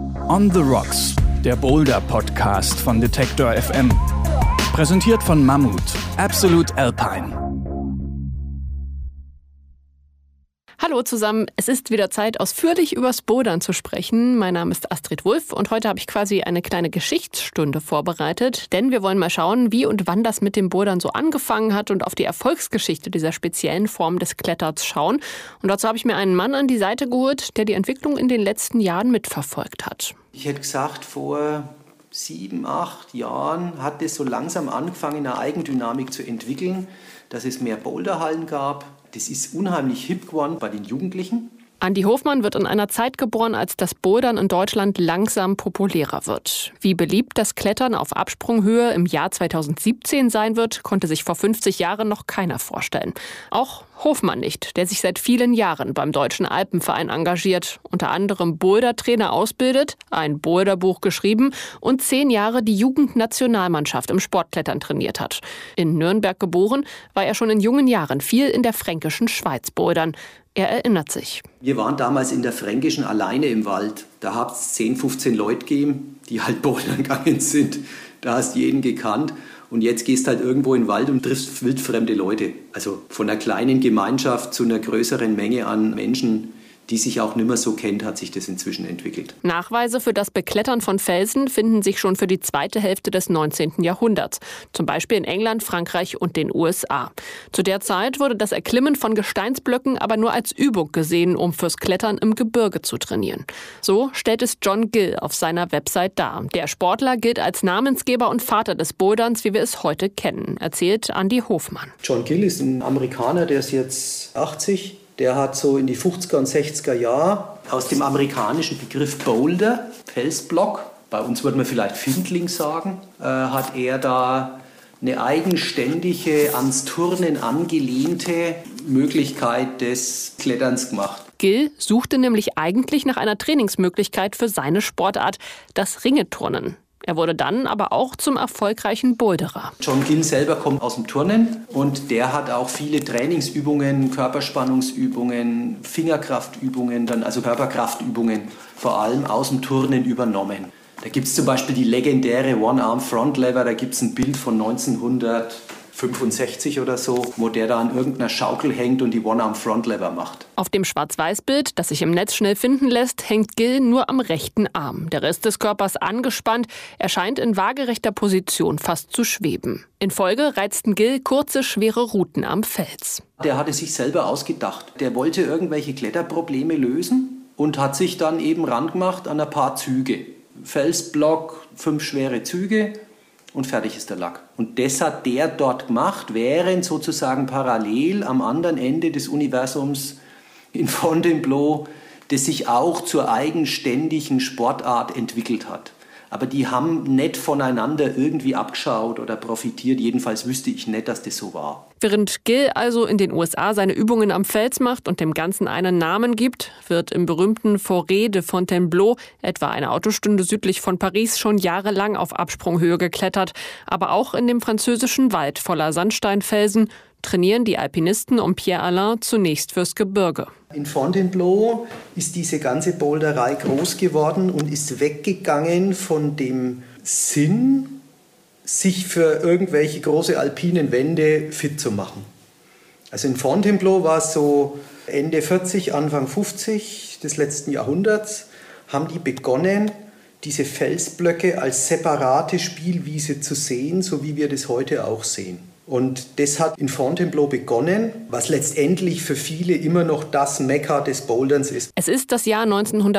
On the Rocks, der Boulder-Podcast von Detektor FM. Präsentiert von Mammut, Absolute Alpine. Hallo zusammen, es ist wieder Zeit, ausführlich übers Bouldern zu sprechen. Mein Name ist Astrid Wulff und heute habe ich quasi eine kleine Geschichtsstunde vorbereitet, denn wir wollen mal schauen, wie und wann das mit dem Bouldern so angefangen hat und auf die Erfolgsgeschichte dieser speziellen Form des Kletterns schauen. Und dazu habe ich mir einen Mann an die Seite geholt, der die Entwicklung in den letzten Jahren mitverfolgt hat. Ich hätte gesagt, vor 7, 8 Jahren hat es so langsam angefangen, eine Eigendynamik zu entwickeln, dass es mehr Boulderhallen gab. Das ist unheimlich hip geworden bei den Jugendlichen. Andi Hofmann wird in einer Zeit geboren, als das Bouldern in Deutschland langsam populärer wird. Wie beliebt das Klettern auf Absprunghöhe im Jahr 2017 sein wird, konnte sich vor 50 Jahren noch keiner vorstellen. Auch Hofmann nicht, der sich seit vielen Jahren beim Deutschen Alpenverein engagiert, unter anderem Bouldertrainer ausbildet, ein Boulderbuch geschrieben und 10 Jahre die Jugendnationalmannschaft im Sportklettern trainiert hat. In Nürnberg geboren, war er schon in jungen Jahren viel in der fränkischen Schweiz bouldern. Er erinnert sich. Wir waren damals in der Fränkischen alleine im Wald. Da hat es 10, 15 Leute gegeben, die halt bouldern gegangen sind. Da hast du jeden gekannt. Und jetzt gehst halt irgendwo in den Wald und triffst wildfremde Leute. Also von einer kleinen Gemeinschaft zu einer größeren Menge an Menschen, die sich auch nicht mehr so kennt, hat sich das inzwischen entwickelt. Nachweise für das Beklettern von Felsen finden sich schon für die zweite Hälfte des 19. Jahrhunderts. Zum Beispiel in England, Frankreich und den USA. Zu der Zeit wurde das Erklimmen von Gesteinsblöcken aber nur als Übung gesehen, um fürs Klettern im Gebirge zu trainieren. So stellt es John Gill auf seiner Website dar. Der Sportler gilt als Namensgeber und Vater des Boulderns, wie wir es heute kennen, erzählt Andi Hofmann. John Gill ist ein Amerikaner, der ist jetzt 80. Der hat so in die 50er und 60er Jahre aus dem amerikanischen Begriff Boulder, Felsblock, bei uns würde man vielleicht Findling sagen, hat er da eine eigenständige, ans Turnen angelehnte Möglichkeit des Kletterns gemacht. Gill suchte nämlich eigentlich nach einer Trainingsmöglichkeit für seine Sportart, das Ringeturnen. Er wurde dann aber auch zum erfolgreichen Boulderer. John Gill selber kommt aus dem Turnen und der hat auch viele Trainingsübungen, Körperspannungsübungen, Fingerkraftübungen, dann also Körperkraftübungen vor allem aus dem Turnen übernommen. Da gibt es zum Beispiel die legendäre One-Arm Front Lever, da gibt es ein Bild von 1965 oder so, wo der da an irgendeiner Schaukel hängt und die One-Arm Front Lever macht. Auf dem Schwarz-Weiß-Bild, das sich im Netz schnell finden lässt, hängt Gill nur am rechten Arm. Der Rest des Körpers angespannt, er scheint in waagerechter Position fast zu schweben. In Folge reizten Gill kurze, schwere Routen am Fels. Der hatte sich selber ausgedacht. Der wollte irgendwelche Kletterprobleme lösen und hat sich dann eben rangemacht an ein paar Züge. Felsblock, 5 schwere Züge und fertig ist der Lack. Und das hat der dort gemacht, während sozusagen parallel am anderen Ende des Universums in Fontainebleau, das sich auch zur eigenständigen Sportart entwickelt hat. Aber die haben nicht voneinander irgendwie abgeschaut oder profitiert. Jedenfalls wüsste ich nicht, dass das so war. Während Gill also in den USA seine Übungen am Fels macht und dem Ganzen einen Namen gibt, wird im berühmten Forêt de Fontainebleau, etwa eine Autostunde südlich von Paris, schon jahrelang auf Absprunghöhe geklettert. Aber auch in dem französischen Wald voller Sandsteinfelsen trainieren die Alpinisten um Pierre Alain zunächst fürs Gebirge. In Fontainebleau ist diese ganze Boulderei groß geworden und ist weggegangen von dem Sinn, sich für irgendwelche große alpinen Wände fit zu machen. Also in Fontainebleau war es so Ende 40, Anfang 50 des letzten Jahrhunderts, haben die begonnen, diese Felsblöcke als separate Spielwiese zu sehen, so wie wir das heute auch sehen. Und das hat in Fontainebleau begonnen, was letztendlich für viele immer noch das Mekka des Boulderns ist. Es ist das Jahr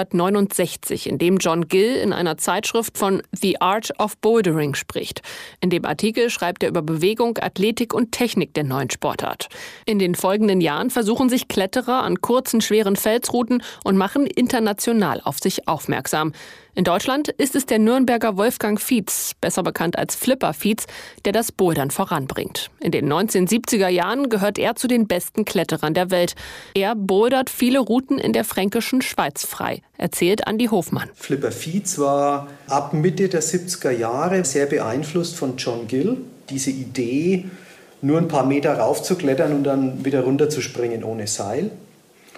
1969, in dem John Gill in einer Zeitschrift von The Art of Bouldering spricht. In dem Artikel schreibt er über Bewegung, Athletik und Technik der neuen Sportart. In den folgenden Jahren versuchen sich Kletterer an kurzen, schweren Felsrouten und machen international auf sich aufmerksam. In Deutschland ist es der Nürnberger Wolfgang Fietz, besser bekannt als Flipper Fietz, der das Bouldern voranbringt. In den 1970er Jahren gehört er zu den besten Kletterern der Welt. Er bouldert viele Routen in der fränkischen Schweiz frei, erzählt Andi Hofmann. Flipper Fietz war ab Mitte der 70er Jahre sehr beeinflusst von John Gill. Diese Idee, nur ein paar Meter raufzuklettern und dann wieder runterzuspringen ohne Seil.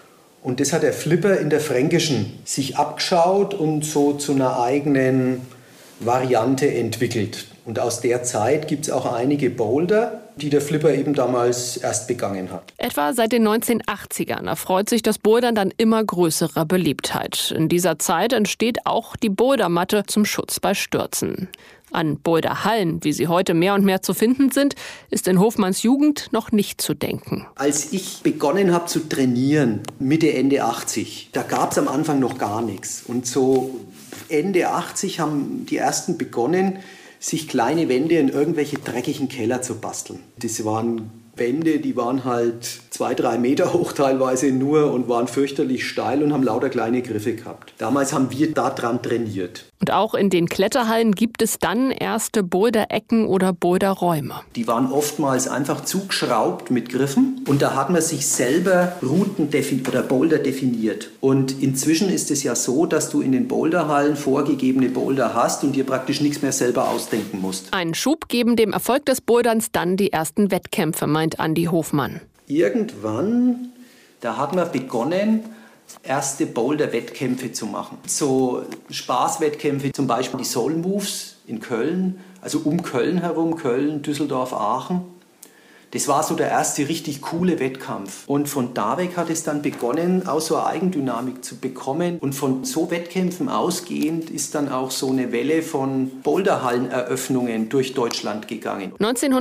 Und das hat der Flipper in der Fränkischen sich abgeschaut und so zu einer eigenen Variante entwickelt. Und aus der Zeit gibt es auch einige Boulder, die der Flipper eben damals erst begangen hat. Etwa seit den 1980ern erfreut sich das Bouldern dann immer größerer Beliebtheit. In dieser Zeit entsteht auch die Bouldermatte zum Schutz bei Stürzen. An Boulderhallen, wie sie heute mehr und mehr zu finden sind, ist in Hofmanns Jugend noch nicht zu denken. Als ich begonnen habe zu trainieren, Mitte, Ende 80, da gab es am Anfang noch gar nichts. Und so Ende 80 haben die ersten begonnen, sich kleine Wände in irgendwelche dreckigen Keller zu basteln. Das waren Wände, die waren halt 2-3 Meter hoch teilweise nur und waren fürchterlich steil und haben lauter kleine Griffe gehabt. Damals haben wir da dran trainiert. Und auch in den Kletterhallen gibt es dann erste Boulderecken oder Boulderräume. Die waren oftmals einfach zugeschraubt mit Griffen und da hat man sich selber Routen oder Boulder definiert. Und inzwischen ist es ja so, dass du in den Boulderhallen vorgegebene Boulder hast und dir praktisch nichts mehr selber ausdenken musst. Einen Schub geben dem Erfolg des Boulderns dann die ersten Wettkämpfe, meint Andi Hofmann. Irgendwann, da hat man begonnen, erste Boulder-Wettkämpfe zu machen. So Spaßwettkämpfe, zum Beispiel die Soul Moves in Köln, also um Köln herum, Köln, Düsseldorf, Aachen. Das war so der erste richtig coole Wettkampf. Und von da weg hat es dann begonnen, auch so eine Eigendynamik zu bekommen. Und von so Wettkämpfen ausgehend ist dann auch so eine Welle von Boulderhalleneröffnungen durch Deutschland gegangen.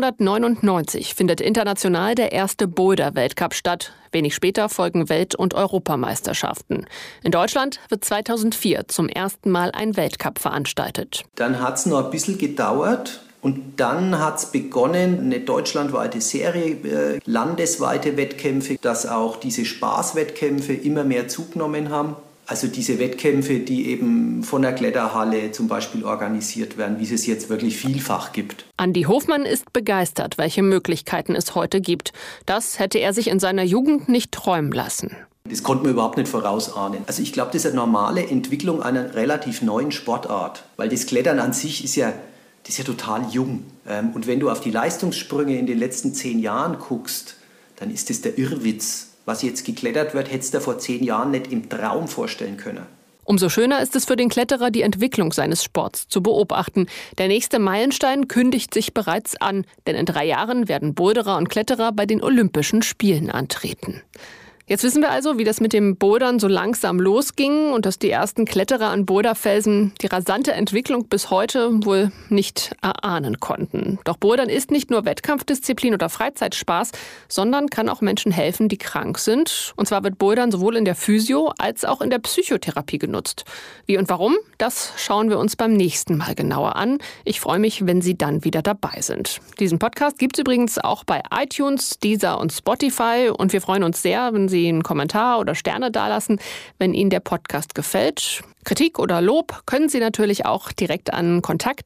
1999 findet international der erste Boulder-Weltcup statt. Wenig später folgen Welt- und Europameisterschaften. In Deutschland wird 2004 zum ersten Mal ein Weltcup veranstaltet. Dann hat es noch ein bisschen gedauert. Und dann hat es begonnen, eine deutschlandweite Serie, landesweite Wettkämpfe, dass auch diese Spaßwettkämpfe immer mehr zugenommen haben. Also diese Wettkämpfe, die eben von der Kletterhalle zum Beispiel organisiert werden, wie es jetzt wirklich vielfach gibt. Andi Hofmann ist begeistert, welche Möglichkeiten es heute gibt. Das hätte er sich in seiner Jugend nicht träumen lassen. Das konnte man überhaupt nicht vorausahnen. Also ich glaube, das ist eine normale Entwicklung einer relativ neuen Sportart. Weil das Klettern an sich ist ja total jung. Und wenn du auf die Leistungssprünge in den letzten 10 Jahren guckst, dann ist das der Irrwitz. Was jetzt geklettert wird, hättest du vor 10 Jahren nicht im Traum vorstellen können. Umso schöner ist es für den Kletterer, die Entwicklung seines Sports zu beobachten. Der nächste Meilenstein kündigt sich bereits an, denn in 3 Jahren werden Boulderer und Kletterer bei den Olympischen Spielen antreten. Jetzt wissen wir also, wie das mit dem Bouldern so langsam losging und dass die ersten Kletterer an Boulderfelsen die rasante Entwicklung bis heute wohl nicht erahnen konnten. Doch Bouldern ist nicht nur Wettkampfdisziplin oder Freizeitspaß, sondern kann auch Menschen helfen, die krank sind. Und zwar wird Bouldern sowohl in der Physio- als auch in der Psychotherapie genutzt. Wie und warum, das schauen wir uns beim nächsten Mal genauer an. Ich freue mich, wenn Sie dann wieder dabei sind. Diesen Podcast gibt es übrigens auch bei iTunes, Deezer und Spotify. Und wir freuen uns sehr, wenn Sie einen Kommentar oder Sterne dalassen, wenn Ihnen der Podcast gefällt. Kritik oder Lob können Sie natürlich auch direkt an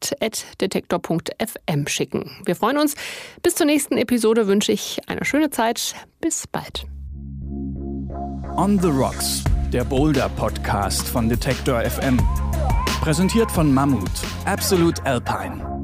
kontakt@detektor.fm schicken. Wir freuen uns. Bis zur nächsten Episode wünsche ich eine schöne Zeit. Bis bald. On the Rocks, der Boulder-Podcast von Detektor FM. Präsentiert von Mammut, Absolute Alpine.